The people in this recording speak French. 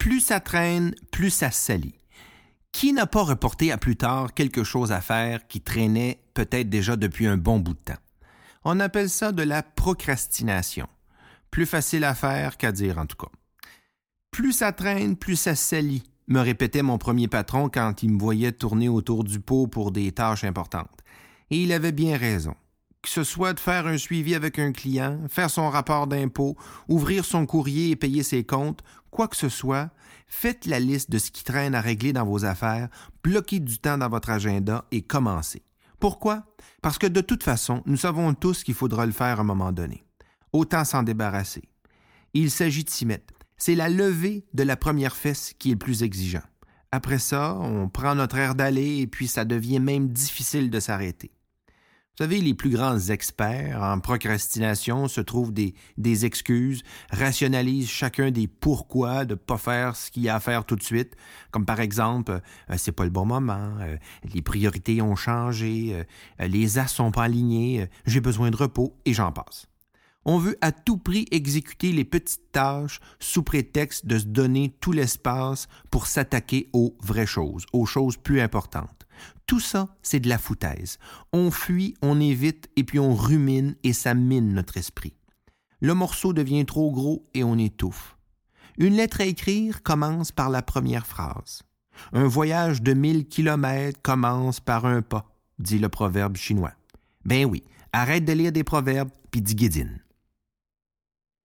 Plus ça traîne, plus ça salit. Qui n'a pas reporté à plus tard quelque chose à faire qui traînait peut-être déjà depuis un bon bout de temps? On appelle ça de la procrastination. Plus facile à faire qu'à dire en tout cas. Plus ça traîne, plus ça salit, me répétait mon premier patron quand il me voyait tourner autour du pot pour des tâches importantes. Et il avait bien raison. Que ce soit de faire un suivi avec un client, faire son rapport d'impôt, ouvrir son courrier et payer ses comptes, quoi que ce soit, faites la liste de ce qui traîne à régler dans vos affaires, bloquez du temps dans votre agenda et commencez. Pourquoi? Parce que de toute façon, nous savons tous qu'il faudra le faire à un moment donné. Autant s'en débarrasser. Il s'agit de s'y mettre. C'est la levée de la première fesse qui est le plus exigeant. Après ça, on prend notre air d'aller et puis ça devient même difficile de s'arrêter. Vous savez, les plus grands experts en procrastination se trouvent des excuses, rationalisent chacun des pourquoi de ne pas faire ce qu'il y a à faire tout de suite, comme par exemple, c'est pas le bon moment, les priorités ont changé, les as sont pas alignés, j'ai besoin de repos, et j'en passe. On veut à tout prix exécuter les petites tâches sous prétexte de se donner tout l'espace pour s'attaquer aux vraies choses, aux choses plus importantes. Tout ça, c'est de la foutaise. On fuit, on évite et puis on rumine et ça mine notre esprit. Le morceau devient trop gros et on étouffe. Une lettre à écrire commence par la première phrase. Un voyage de 1000 kilomètres commence par un pas, dit le proverbe chinois. Ben oui, arrête de lire des proverbes puis dis guédine.